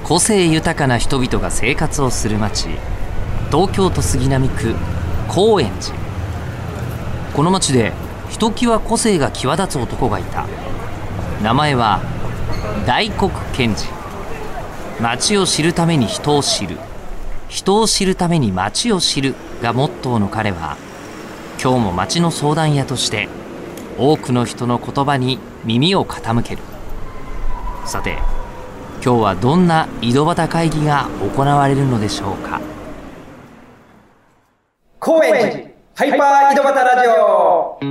個性豊かな人々が生活をする町、東京都杉並区高円寺。この町でひときわ個性が際立つ男がいた。名前は大黒賢治。町を知るために人を知る、人を知るために町を知るがモットーの彼は、今日も町の相談屋として多くの人の言葉に耳を傾ける。さて、今日はどんな井戸端会議が行われるのでしょうか。 高円寺ハイパー井戸端ラジオ。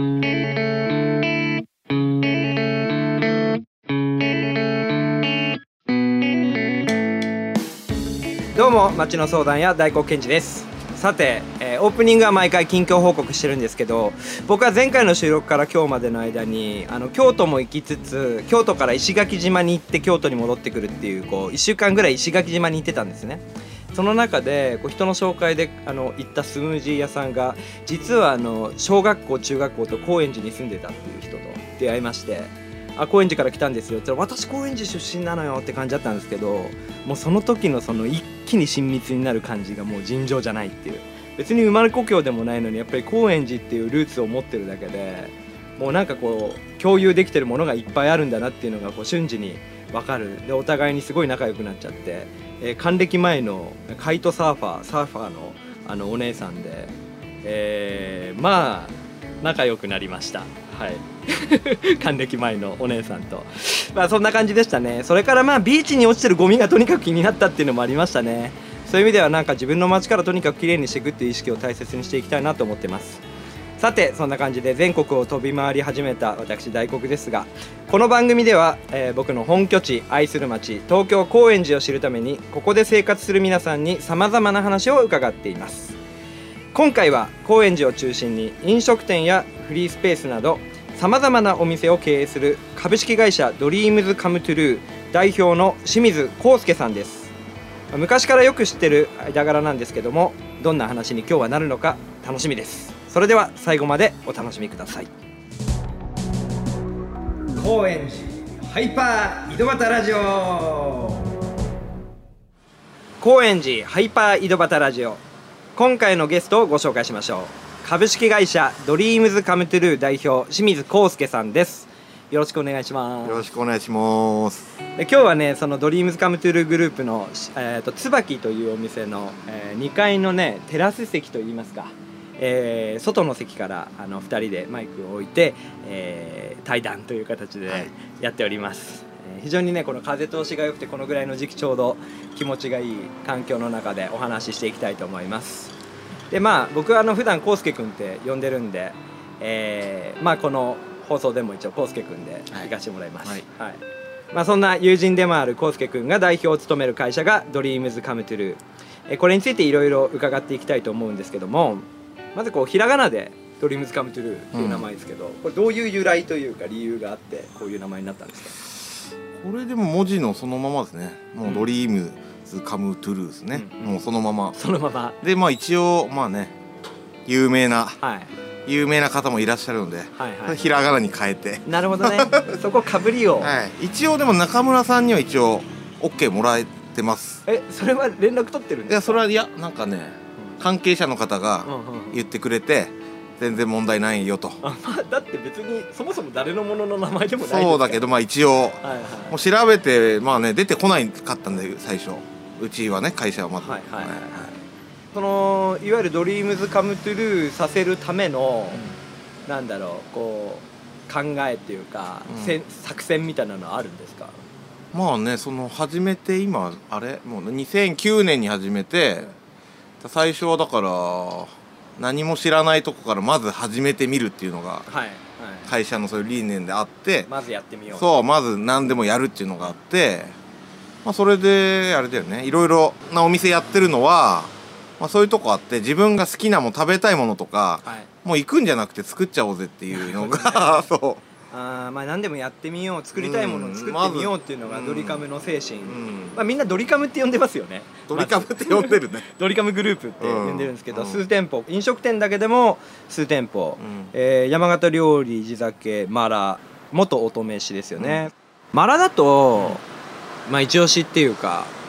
どうも、町の相談屋大黒賢治です。さて、オープニングは毎回近況報告してるんですけど、僕は前回の収録から今日までの間に京都も行きつつ、京都から石垣島に行って京都に戻ってくるっていう、1週間ぐらい石垣島に行ってたんですね。その中で人の紹介で行ったスムージー屋さんが、実は小学校中学校と高円寺に住んでたっていう人と出会いまして、高円寺から来たんですよって言ったら、私高円寺出身なのよって感じだったんですけど、もうその時の一気に親密になる感じがもう尋常じゃないっていう。別に生まれ故郷でもないのに、やっぱり高円寺っていうルーツを持ってるだけで、もうなんか共有できてるものがいっぱいあるんだなっていうのが瞬時に分かる。でお互いにすごい仲良くなっちゃって、還暦前のカイトサーファーのお姉さんで、まあ仲良くなりました。はい還暦前のお姉さんと、そんな感じでしたね。それからビーチに落ちてるゴミがとにかく気になったっていうのもありましたね。そういう意味では自分の街からとにかくきれいにしていくっていう意識を大切にしていきたいなと思ってます。さて、そんな感じで全国を飛び回り始めた私大黒ですが、この番組では、僕の本拠地、愛する街東京高円寺を知るために、ここで生活する皆さんにさまざまな話を伺っています。今回は高円寺を中心に飲食店やフリースペースなどさまざまなお店を経営する株式会社ドリームズカムトゥルー代表の清水康介さんです。昔からよく知ってる間柄なんですけども、どんな話に今日はなるのか楽しみです。それでは最後までお楽しみください。高円寺ハイパー井戸端ラジオ。高円寺ハイパー井戸端ラジオ。今回のゲストをご紹介しましょう。株式会社ドリームズカムトゥルー代表清水康介さんです。よろしくお願いします。 よろしくお願いします。 で今日はね、そのドリームズカムトゥルーグループの、椿というお店の、2階のねテラス席といいますか、外の席から2人でマイクを置いて、対談という形でやっております。非常にねこの風通しが良くて、このぐらいの時期ちょうど気持ちがいい環境の中でお話ししていきたいと思います。で僕は普段康介くんって呼んでるんで、この放送でも一応康介くんで行かせてもらいます。そんな友人でもある康介くんが代表を務める会社がドリームズカムトゥルー。これについていろいろ伺っていきたいと思うんですけども、まずひらがなでドリームズカムトゥルーっていう名前ですけど、これどういう由来というか理由があってこういう名前になったんですか？ これでも文字のそのままですね。もうドリームズカムトゥルーですね。もうそのままで、一応有名な方もいらっしゃるので、ひらがなに変えて。 なるほどねそこかぶりを、 一応でも中村さんには一応 OK もらえてます。 それは連絡取ってるんですか？ いや、それはなんかね、関係者の方が言ってくれて、全然問題ないよと。 だって別にそもそも誰のものの名前でもないですから。 そうだけど一応もう調べて出てこないかったんで、最初うちはね、会社はまずそのいわゆるドリームズカムトゥルーさせるための、なんだろう、考えっていうか、作戦みたいなのはあるんですか？ その始めてもう2009年に始めて、最初はだから何も知らないとこからまず始めてみるっていうのが会社のそういう理念であって、 まずやってみよう。 そう、まず何でもやるっていうのがあって、それであれだよね、いろいろなお店やってるのは、そういうとこあって、自分が好きなもの、食べたいものとか、もう行くんじゃなくて作っちゃおうぜっていうのがそう何でもやってみよう、作りたいものを作ってみようっていうのがドリカムの精神。みんなドリカムって呼んでますよね。 ドリカムって呼んでるねドリカムグループって呼んでるんですけど、数店舗、飲食店だけでも数店舗、山形料理、地酒、マラ、元乙女市ですよね。マラだと一押しっていうか、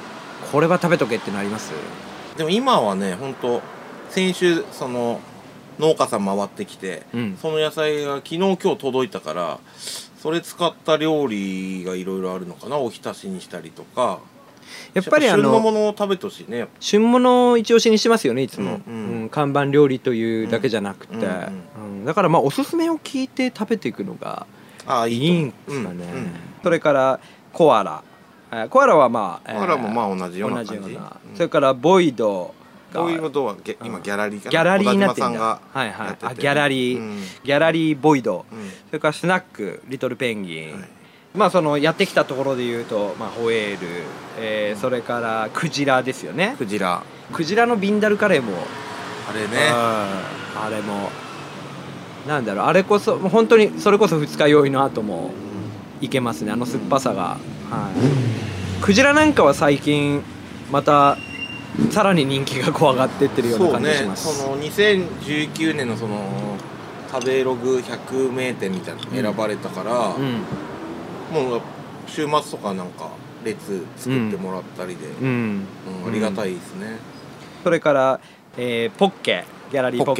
これは食べとけってのあります？ でも今はね、本当先週その農家さん回ってきて、その野菜が昨日今日届いたから、それ使った料理がいろいろあるのかな。おひたしにしたりとか、 やっぱり旬のものを食べてほしいね。 旬物を一押しにしてますよねいつも、看板料理というだけじゃなくて、だからおすすめを聞いて食べていくのがいいんですかね。それからコアラはコアラも同じような感じ。 それからボイドは今ギャラリーかな。 ギャラリーになってんだ。 ギャラリーボイド、それからスナックリトルペンギン、そのやってきたところでいうと、ホエール、それからクジラですよね。クジラのビンダルカレーもあれね、 あれもなんだろう、あれこそ本当にそれこそ二日酔いの後もいけますね、あの酸っぱさが。クジラなんかは最近またさらに人気が上がってってるような感じがします。 その2019年のその食べログ100名店みたいなの選ばれたから、もう週末とかなんか列作ってもらったりで、ありがたいですね。 それからポッケ、ギャラリーポッ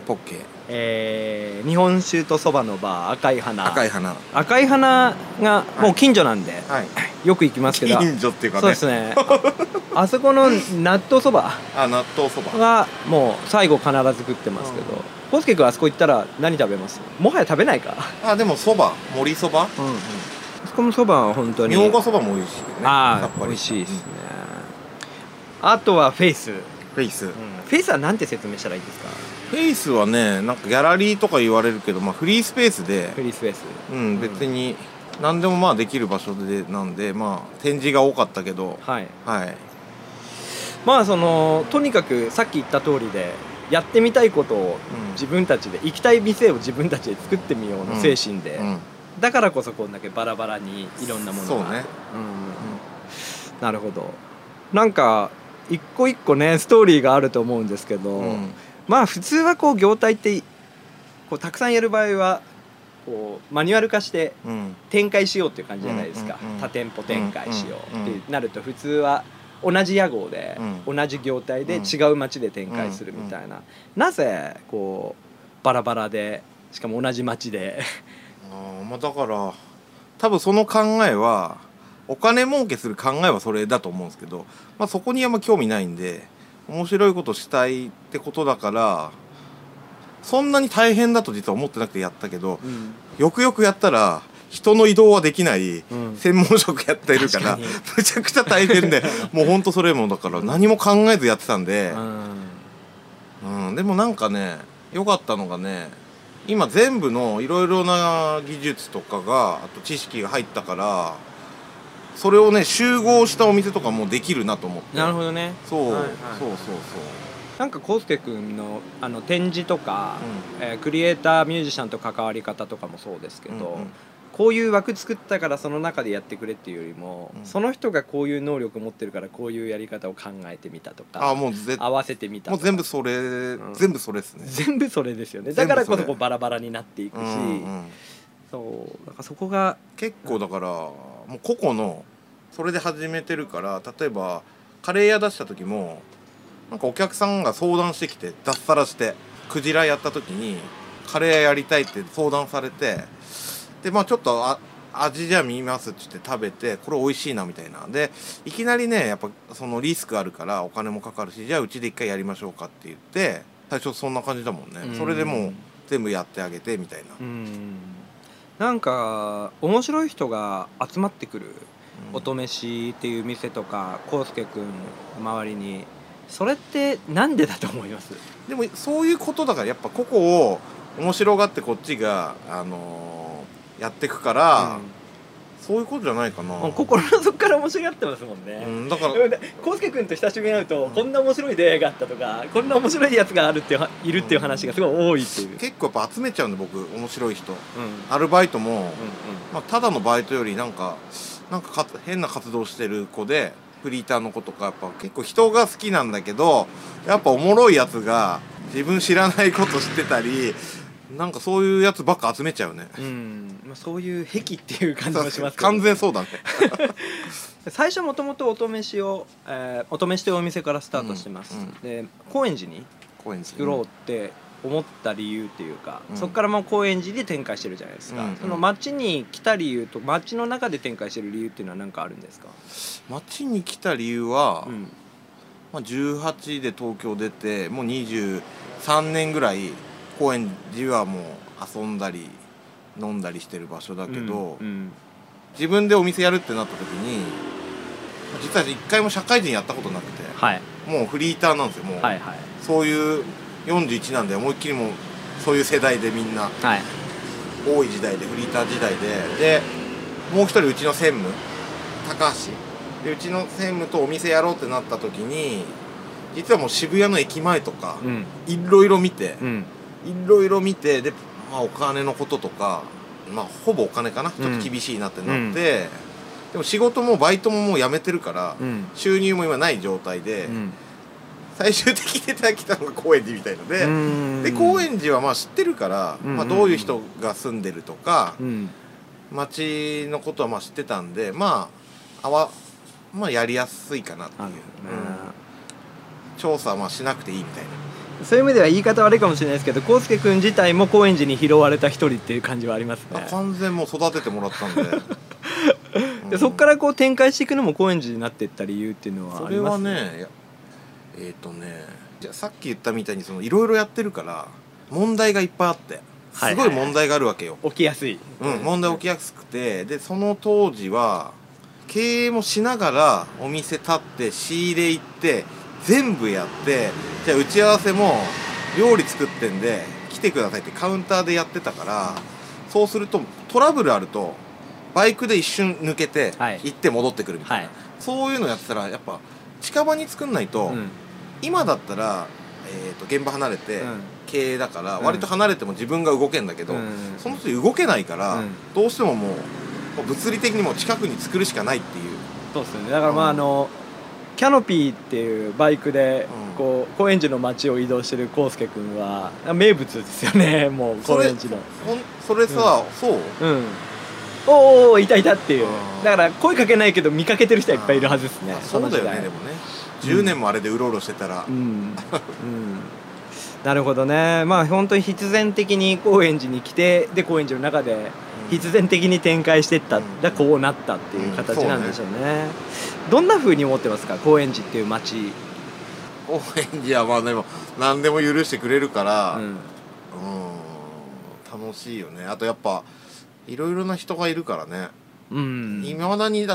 ケ、日本酒とそばのバー赤い花がもう近所なんで、よく行きますけど、 近所っていうかね、 そうですねあそこの納豆そばがもう最後必ず食ってますけど、康介君あそこ行ったら何食べます？もはや食べないか。 でもそば、盛りそば、 あそこのそばは本当にみょうがそばも美味しいよね。 美味しいですね。あとはフェイスはなんて説明したらいいですか？ フェイスはね、なんかギャラリーとか言われるけど、フリースペースで、別に何でもできる場所でなんで、展示が多かったけど、 そのとにかくさっき言った通りでやってみたいことを自分たちで、行きたい店を自分たちで作ってみようの精神で、だからこそこんだけバラバラにいろんなものがある。なるほど。なんか一個一個ねストーリーがあると思うんですけど、普通はこう業態ってこうたくさんやる場合はこうマニュアル化して展開しようっていう感じじゃないですか。多店舗展開しようってなると、普通は同じ屋号で同じ業態で違う街で展開するみたいな、なぜこうバラバラでしかも同じ街でだから多分その考えはお金儲けする考えはそれだと思うんですけど、そこにあんま興味ないんで、面白いことしたいってことだからそんなに大変だと実は思ってなくてやったけど、よくよくやったら人の移動はできない専門職やってるから、むちゃくちゃ大変でもうほんとそれもだから何も考えずやってたんで、でもなんかね良かったのがね、今全部のいろいろな技術とかがあと知識が入ったから、それをね集合したお店とかもできるなと思って。 なるほどね。 そうなんか康介君の展示とか、クリエイターミュージシャンと関わり方とかもそうですけど、こういう枠作ったからその中でやってくれっていうよりも、その人がこういう能力持ってるからこういうやり方を考えてみたとか、合わせてみたとか、 もう全部それ、全部それですね。 全部それですよね。だからこそこうバラバラになっていくし、そうだからそこが結構だからもう個々のそれで始めてるから、例えばカレー屋出した時もなんかお客さんが相談してきて、脱サラしてクジラやった時にカレー屋やりたいって相談されて、でちょっと味じゃ見ますって言って食べて、これ美味しいなみたいなで、いきなりねやっぱそのリスクあるからお金もかかるし、じゃあうちで一回やりましょうかって言って最初そんな感じだもんね。それでもう全部やってあげてみたいな。 なんか面白い人が集まってくる、音飯っていう店とか康介くん周りに、それってなんでだと思います？ でもそういうことだから、やっぱここを面白がってこっちがやってくから、そういうことじゃないかな。 心の底から面白がってますもんね。だから康介君と親しみに会うと、こんな面白い出会いがあったとか、こんな面白いやつがいるっていう話がすごい多いっていう。 結構やっぱ集めちゃうんで僕、面白い人、アルバイトも、ただのバイトよりなんか変な活動してる子で、フリーターの子とかやっぱ結構人が好きなんだけど、やっぱおもろいやつが自分知らないこと知ってたり、なんかそういうやつばっか集めちゃうね。 そういう癖っていう感じもしますけど、 完全そうだね最初もともと音飯を、音飯というお店からスタートしてます、で高円寺に作ろうって思った理由っていうか、そこからもう高円寺で展開してるじゃないですか、その町に来た理由と町の中で展開してる理由っていうのは何かあるんですか？ 町に来た理由は、18で東京出てもう23年ぐらい高円寺はもう遊んだり飲んだりしてる場所だけど、自分でお店やるってなった時に実は一回も社会人やったことなくて、もうフリーターなんですよ。もう、そういう41なんで思いっきりもうそういう世代でみんな、多い時代でフリーター時代でもう一人うちの専務高橋で、うちの専務とお店やろうってなった時に実はもう渋谷の駅前とかいろいろ見て、で、お金のこととか、ほぼお金かな、ちょっと厳しいなってなって、でも仕事もバイトももう辞めてるから、収入も今ない状態で、最終的に来たのが高円寺みたいので、で高円寺は知ってるから、どういう人が住んでるとか、街のことは知ってたんで、やりやすいかなっていう、調査はしなくていいみたいな。 そういう意味では言い方悪いかもしれないですけど、康介君自体も高円寺に拾われた一人っていう感じはありますね。 完全もう育ててもらったんででそこからこう展開していくのも高円寺になっていった理由っていうのはあります？ それはね、じゃあさっき言ったみたいにいろいろやってるから問題がいっぱいあって、すごい問題があるわけよ。 起きやすい、 問題起きやすくて、でその当時は経営もしながらお店立って仕入れ行って全部やって、じゃあ打ち合わせも料理作ってんで来てくださいってカウンターでやってたから、そうするとトラブルあるとバイクで一瞬抜けて行って戻ってくるみたいな、そういうのやってたらやっぱ近場に作んないと、今だったら、現場離れて経営だから割と離れても自分が動けんだけど、その時動けないから、どうしてももう物理的にも近くに作るしかないっていう。 そうですよね。だからキャノピーっていうバイクでこう高円寺の街を移動してる康介君は名物ですよね。もう高円寺のそれさ、そうおいたっていう。だから声かけないけど見かけてる人はいっぱいいるはずですね。 そうだよね。でもね10年もあれでうろうろしてたら、 なるほどね。本当に必然的に高円寺に来て、で高円寺の中で必然的に展開していったらこうなったっていう形なんでしょうね。どんな風に思ってますか、高円寺っていう街？ 高円寺はでも何でも許してくれるから、楽しいよね。あとやっぱいろいろな人がいるからね。いまだに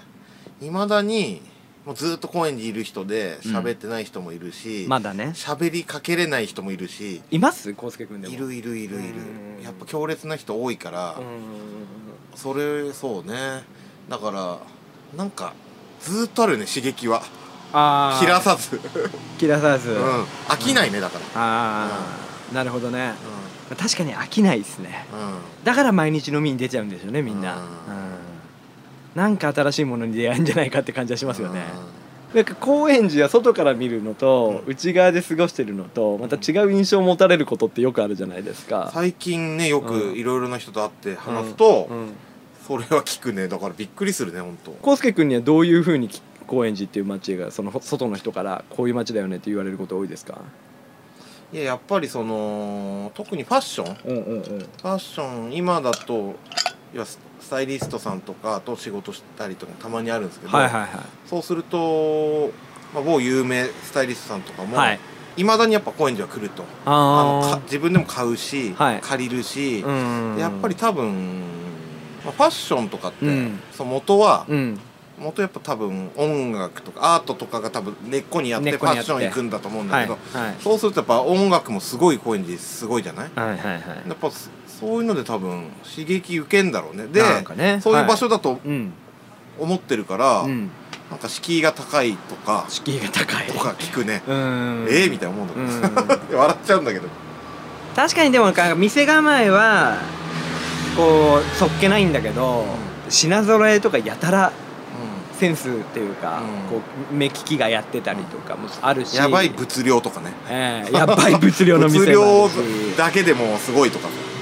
もうずっと高円寺いる人で喋ってない人もいるし、 まだね喋りかけれない人もいるし。 います？康介君でも。 いる。やっぱ強烈な人多いから、そうね。だからなんかずっとあるよね、刺激は。切らさず飽きないね。だからなるほどね。確かに飽きないですね。だから毎日飲みに出ちゃうんでしょうね、みんな。なんか新しいものに出会うんじゃないかって感じはしますよね。なんか高円寺は外から見るのと内側で過ごしてるのとまた違う印象を持たれることってよくあるじゃないですか。 最近ね、よくいろいろな人と会って話すと、それは聞くね。だからびっくりするね、本当。 康介君にはどういうふうに高円寺っていう街がその外の人からこういう街だよねって言われること多いですか？ やっぱり特にファッション、ファッション今だとスタイリストさんとかと仕事したりとかたまにあるんですけど、そうすると、某有名スタイリストさんとかもいまだにやっぱ高円寺は来ると、自分でも買うし、借りるし、やっぱり多分、ファッションとかって、元やっぱ多分音楽とかアートとかが多分根っこにあってファッション行くんだと思うんだけど、そうするとやっぱ音楽もすごい高円寺すごいじゃない？やっぱそういうので多分刺激受けんだろうね。で、そういう場所だと思ってるから、なんか敷居が高いとか聞くね。みたいな思うんだけど笑っちゃうんだけど。 確かに。でも店構えはこうそっけないんだけど、品揃えとかやたらセンスっていうか、こう目利きがやってたりとかもあるし、 やばい物量とかね、 やばい物量の店物量だけでもすごいとか、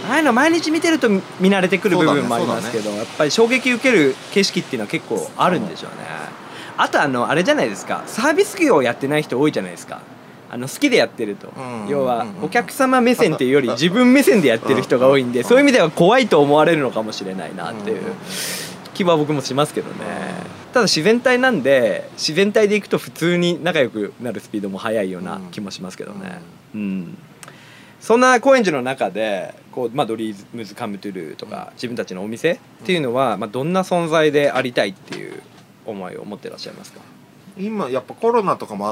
ああいうの毎日見てると見慣れてくる部分もありますけど、やっぱり衝撃受ける景色っていうのは結構あるんでしょうね。あとあれじゃないですか、サービス業やってない人多いじゃないですか。好きでやってると、要はお客様目線っていうより自分目線でやってる人が多いんで、そういう意味では怖いと思われるのかもしれないなっていう気は僕もしますけどね。ただ自然体なんで、自然体でいくと普通に仲良くなるスピードも速いような気もしますけどね。そんな高円寺の中でドリームズカムトゥルーとか自分たちのお店っていうのは、どんな存在でありたいっていう思いを持ってらっしゃいますか？ 今やっぱコロナとかもあって、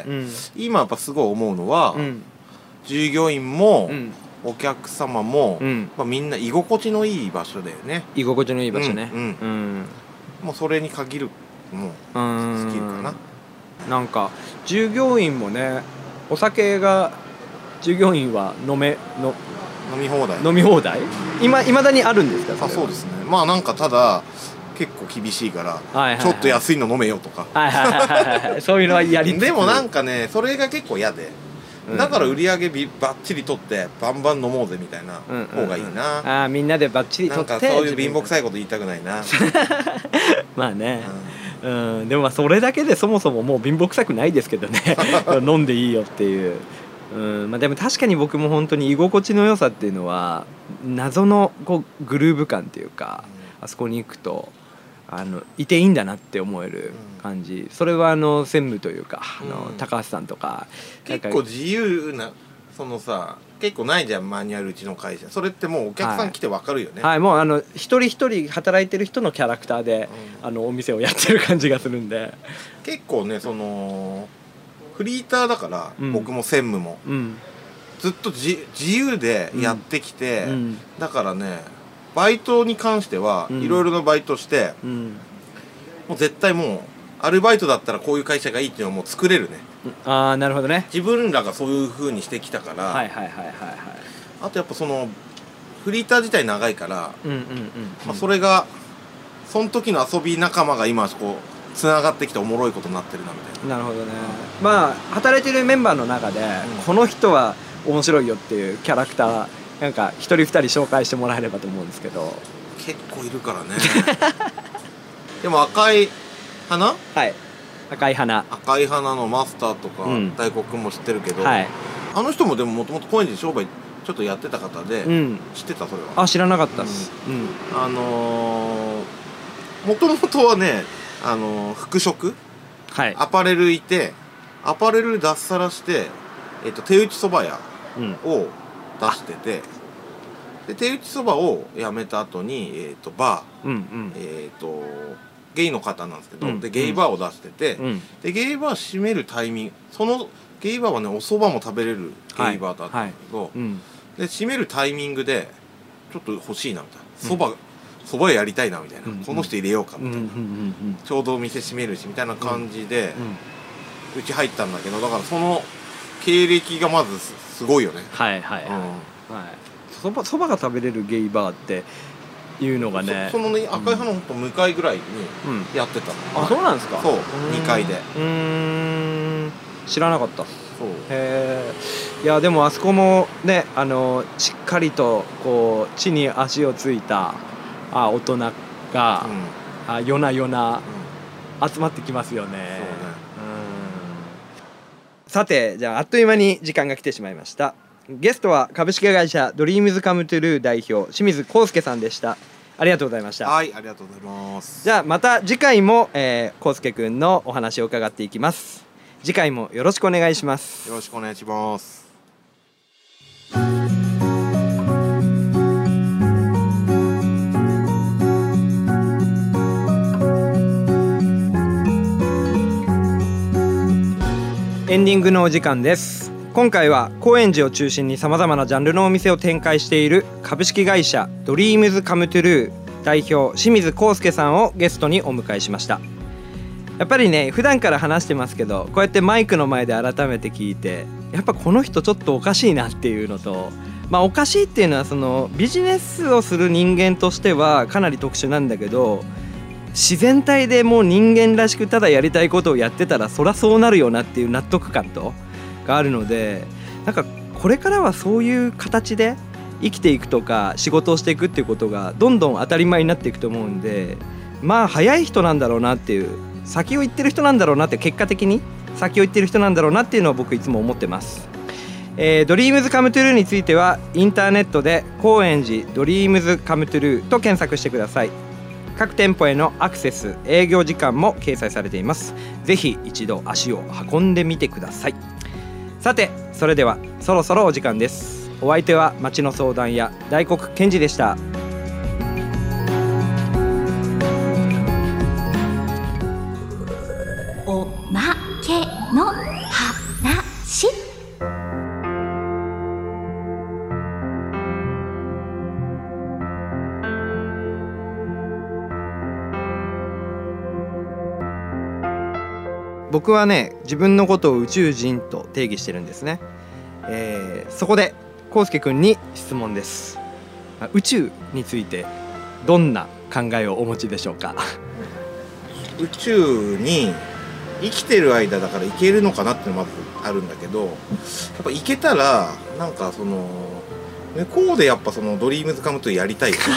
今やっぱすごい思うのは、従業員も、お客様も、みんな居心地のいい場所だよね。 居心地のいい場所ね。 もうそれに限るもうスキルかな。 なんか従業員もね、お酒が従業員は飲み放題いまだにあるんですか？ そうですね。なんかただ結構厳しいから、ちょっと安いの飲めよとか、 そういうのはやりつつ、 でもなんかね、それが結構嫌で、だから売り上げバッチリ取ってバンバン飲もうぜみたいな方がいいな。 みんなでバッチリ取って、 なんかそういう貧乏くさいこと言いたくないな。 まあね、でもそれだけでそもそももう貧乏くさくないですけどね。飲んでいいよっていう。でも確かに僕も本当に居心地の良さっていうのは謎のグルーヴ感っていうか、あそこに行くといていいんだなって思える感じ、それは専務というか高橋さんとか結構自由な、結構ないじゃん、マニュアルうちの会社。それってもうお客さん来て分かるよね。 もう一人一人働いてる人のキャラクターで、お店をやってる感じがするんで、 結構ねフリーターだから、僕も専務も、ずっと自由でやってきて、だからね、バイトに関してはいろいろなバイトして、もう絶対もうアルバイトだったらこういう会社がいいっていうのをもう作れるね。 なるほどね。 自分らがそういう風にしてきたから、あとやっぱフリーター自体長いから、それがその時の遊び仲間が今つながってきておもろいことになってるなみたいな。 なるほどね。働いてるメンバーの中で、この人は面白いよっていうキャラクターなんか一人二人紹介してもらえればと思うんですけど。 結構いるからね。でも赤い花のマスターとか、大黒君も知ってるけど、あの人もでももともと高円寺で商売ちょっとやってた方で、知ってた？それは知らなかったっす。 もともとはね、服飾、アパレルいて、アパレル脱サラして、手打ちそば屋を出してて、で手打ちそばをやめた後にバー、ゲイの方なんですけど、でゲイバーを出してて、でゲイバー閉めるタイミング、そのゲイバーはね、お蕎麦も食べれるゲイバーだったんだけど、で閉めるタイミングでちょっと欲しいなみたいな、蕎麦屋やりたいなみたいな、この人入れようかみたいな、ちょうどお店閉めるしみたいな感じでうち入ったんだけど、だからその経歴がまずすごいよね。 蕎麦が食べれるゲイバーっていうのがね、 そのね、赤い花のほんと向かいぐらいにやってたの。 そうなんですか？ そう、2階で。 知らなかった。いやでもあそこもね、しっかりと地に足をついた大人が、夜な夜な集まってきますよね。さて、じゃあっという間に時間が来てしまいました。ゲストは株式会社ドリームズカムトゥルー代表清水康介さんでした。ありがとうございました。 はい、ありがとうございます。 じゃあまた次回も康介くんのお話を伺っていきます。次回もよろしくお願いします。 よろしくお願いします。 エンディングのお時間です。今回は高円寺を中心にさまざまなジャンルのお店を展開している株式会社ドリームズカムトゥルー代表清水康介さんをゲストにお迎えしました。やっぱりね、普段から話してますけど、こうやってマイクの前で改めて聞いて、やっぱこの人ちょっとおかしいなっていうのと、おかしいっていうのはそのビジネスをする人間としてはかなり特殊なんだけど、自然体でもう人間らしくただやりたいことをやってたらそりゃそうなるよなっていう納得感があるので、なんかこれからはそういう形で生きていくとか仕事をしていくっていうことがどんどん当たり前になっていくと思うんで、まあ早い人なんだろうなっていう、先を行ってる人なんだろうなって、結果的に先を行ってる人なんだろうなっていうのを僕いつも思ってます。ドリームズカムトゥルーについてはインターネットで高円寺ドリームズカムトゥルーと検索してください。各店舗へのアクセス、営業時間も掲載されています。ぜひ一度足を運んでみてください。さて、それではそろそろお時間です。お相手は町の相談屋大黒賢治でした。 おまけの話。 僕はね、自分のことを宇宙人と定義してるんですね。そこで康介くんに質問です。宇宙についてどんな考えをお持ちでしょうか？ 宇宙に生きてる間だから行けるのかなってのまずあるんだけど、やっぱ行けたらなんかその向こうでやっぱそのドリームズカムトゥやりたいよね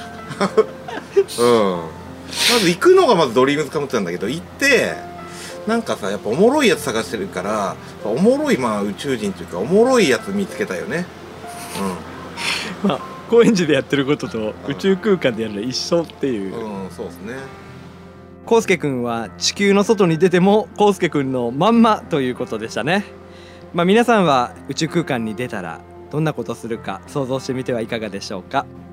まず行くのがまずドリームズカムトゥなんだけど、行ってなんかさ、やっぱおもろいやつ探してるから、おもろいまあ宇宙人というかおもろいやつ見つけたよね。 まあ高円寺でやってることと宇宙空間でやるの一緒っていう。 そうですね。 康介くんは地球の外に出ても康介くんのまんまということでしたね。皆さんは宇宙空間に出たらどんなことするか想像してみてはいかがでしょうか。